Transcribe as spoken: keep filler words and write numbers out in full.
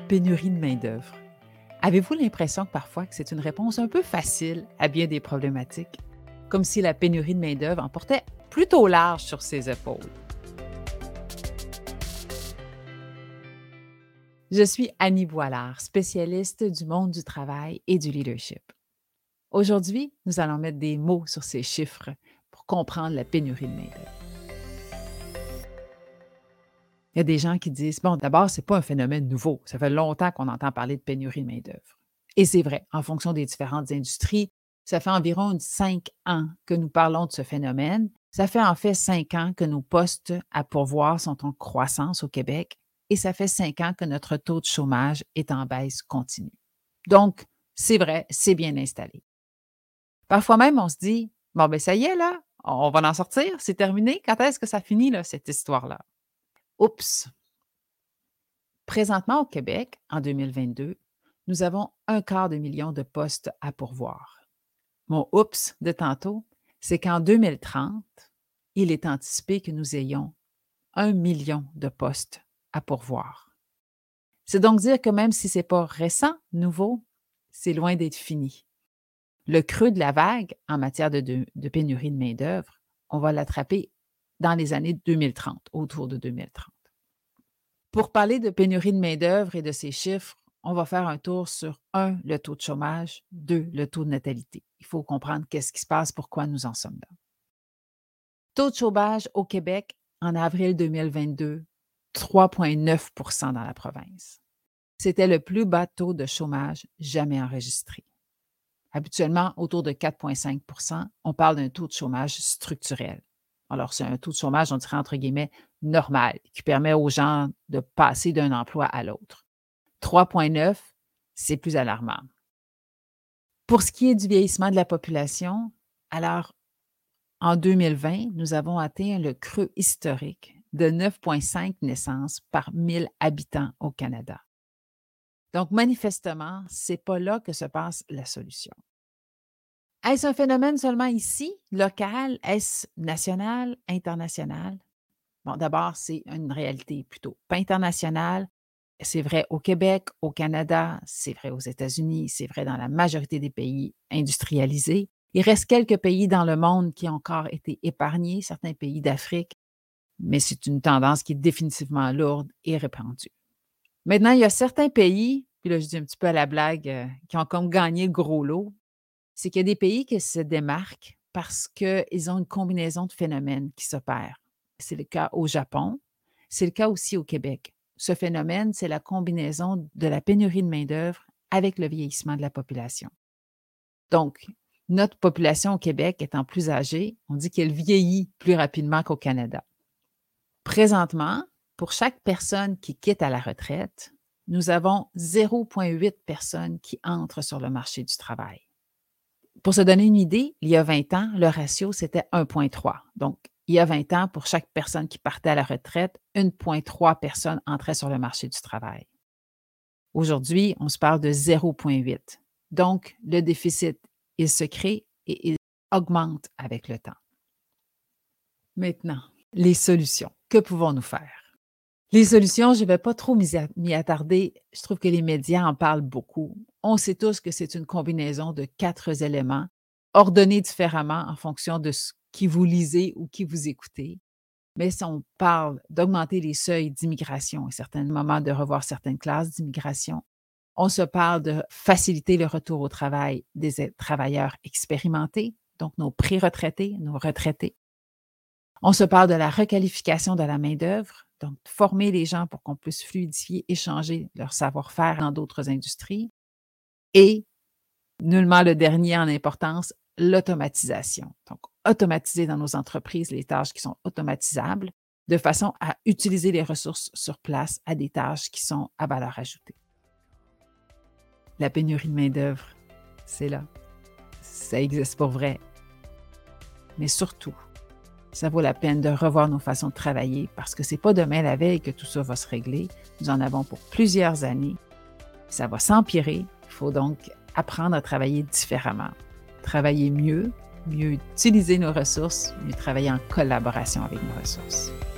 pénurie de main-d'œuvre. Avez-vous l'impression que parfois que c'est une réponse un peu facile à bien des problématiques, comme si la pénurie de main-d'œuvre en portait plutôt large sur ses épaules? Je suis Annie Boilard, spécialiste du monde du travail et du leadership. Aujourd'hui, nous allons mettre des mots sur ces chiffres pour comprendre la pénurie de main-d'œuvre. Il y a des gens qui disent, bon, d'abord, ce n'est pas un phénomène nouveau. Ça fait longtemps qu'on entend parler de pénurie de main-d'œuvre. Et c'est vrai, en fonction des différentes industries, ça fait environ cinq ans que nous parlons de ce phénomène. Ça fait en fait cinq ans que nos postes à pourvoir sont en croissance au Québec et ça fait cinq ans que notre taux de chômage est en baisse continue. Donc, c'est vrai, c'est bien installé. Parfois même, on se dit, bon, ben ça y est, là, on va en sortir, c'est terminé. Quand est-ce que ça finit, là, cette histoire-là? Oups! Présentement au Québec, en deux mille vingt-deux, nous avons un quart de million de postes à pourvoir. Mon oups de tantôt, c'est qu'en deux mille trente, il est anticipé que nous ayons un million de postes à pourvoir. C'est donc dire que même si ce n'est pas récent, nouveau, c'est loin d'être fini. Le creux de la vague en matière de, de, de pénurie de main-d'œuvre, on va l'attraper dans les années deux mille trente, autour de deux mille trente. Pour parler de pénurie de main-d'œuvre et de ces chiffres, on va faire un tour sur un, le taux de chômage, deux, le taux de natalité. Il faut comprendre qu'est-ce qui se passe, pourquoi nous en sommes là. Taux de chômage au Québec en avril deux mille vingt-deux, trois virgule neuf pour cent dans la province. C'était le plus bas taux de chômage jamais enregistré. Habituellement, autour de quatre virgule cinq pour cent, on parle d'un taux de chômage structurel. Alors, c'est un taux de chômage, on dirait entre guillemets, normal, qui permet aux gens de passer d'un emploi à l'autre. trois virgule neuf, c'est plus alarmant. Pour ce qui est du vieillissement de la population, alors, en deux mille vingt, nous avons atteint le creux historique de neuf virgule cinq naissances par mille habitants au Canada. Donc, manifestement, ce n'est pas là que se passe la solution. Est-ce un phénomène seulement ici, local? Est-ce national, international? Bon, d'abord, c'est une réalité plutôt pas internationale. C'est vrai au Québec, au Canada, c'est vrai aux États-Unis, c'est vrai dans la majorité des pays industrialisés. Il reste quelques pays dans le monde qui ont encore été épargnés, certains pays d'Afrique, mais c'est une tendance qui est définitivement lourde et répandue. Maintenant, il y a certains pays, puis là je dis un petit peu à la blague, euh, qui ont comme gagné le gros lot. C'est qu'il y a des pays qui se démarquent parce qu'ils ont une combinaison de phénomènes qui s'opèrent. C'est le cas au Japon, c'est le cas aussi au Québec. Ce phénomène, c'est la combinaison de la pénurie de main-d'œuvre avec le vieillissement de la population. Donc, notre population au Québec étant plus âgée, on dit qu'elle vieillit plus rapidement qu'au Canada. Présentement, pour chaque personne qui quitte à la retraite, nous avons zéro virgule huit personnes qui entrent sur le marché du travail. Pour se donner une idée, il y a vingt ans, le ratio, c'était un virgule trois. Donc, il y a vingt ans, pour chaque personne qui partait à la retraite, un virgule trois personnes entraient sur le marché du travail. Aujourd'hui, on se parle de zéro virgule huit. Donc, le déficit, il se crée et il augmente avec le temps. Maintenant, les solutions. Que pouvons-nous faire? Les solutions, je ne vais pas trop m'y attarder. Je trouve que les médias en parlent beaucoup. On sait tous que c'est une combinaison de quatre éléments, ordonnés différemment en fonction de ce qui vous lisez ou qui vous écoutez. Mais si on parle d'augmenter les seuils d'immigration, à certains moments de revoir certaines classes d'immigration, on se parle de faciliter le retour au travail des travailleurs expérimentés, donc nos pré-retraités, nos retraités. On se parle de la requalification de la main-d'œuvre, donc former les gens pour qu'on puisse fluidifier, échanger leur savoir-faire dans d'autres industries. Et, nullement le dernier en importance, l'automatisation. Donc, automatiser dans nos entreprises les tâches qui sont automatisables de façon à utiliser les ressources sur place à des tâches qui sont à valeur ajoutée. La pénurie de main-d'œuvre, c'est là. Ça existe pour vrai. Mais surtout, ça vaut la peine de revoir nos façons de travailler parce que ce n'est pas demain la veille que tout ça va se régler. Nous en avons pour plusieurs années. Ça va s'empirer. Il faut donc apprendre à travailler différemment. Travailler mieux, mieux utiliser nos ressources, mieux travailler en collaboration avec nos ressources.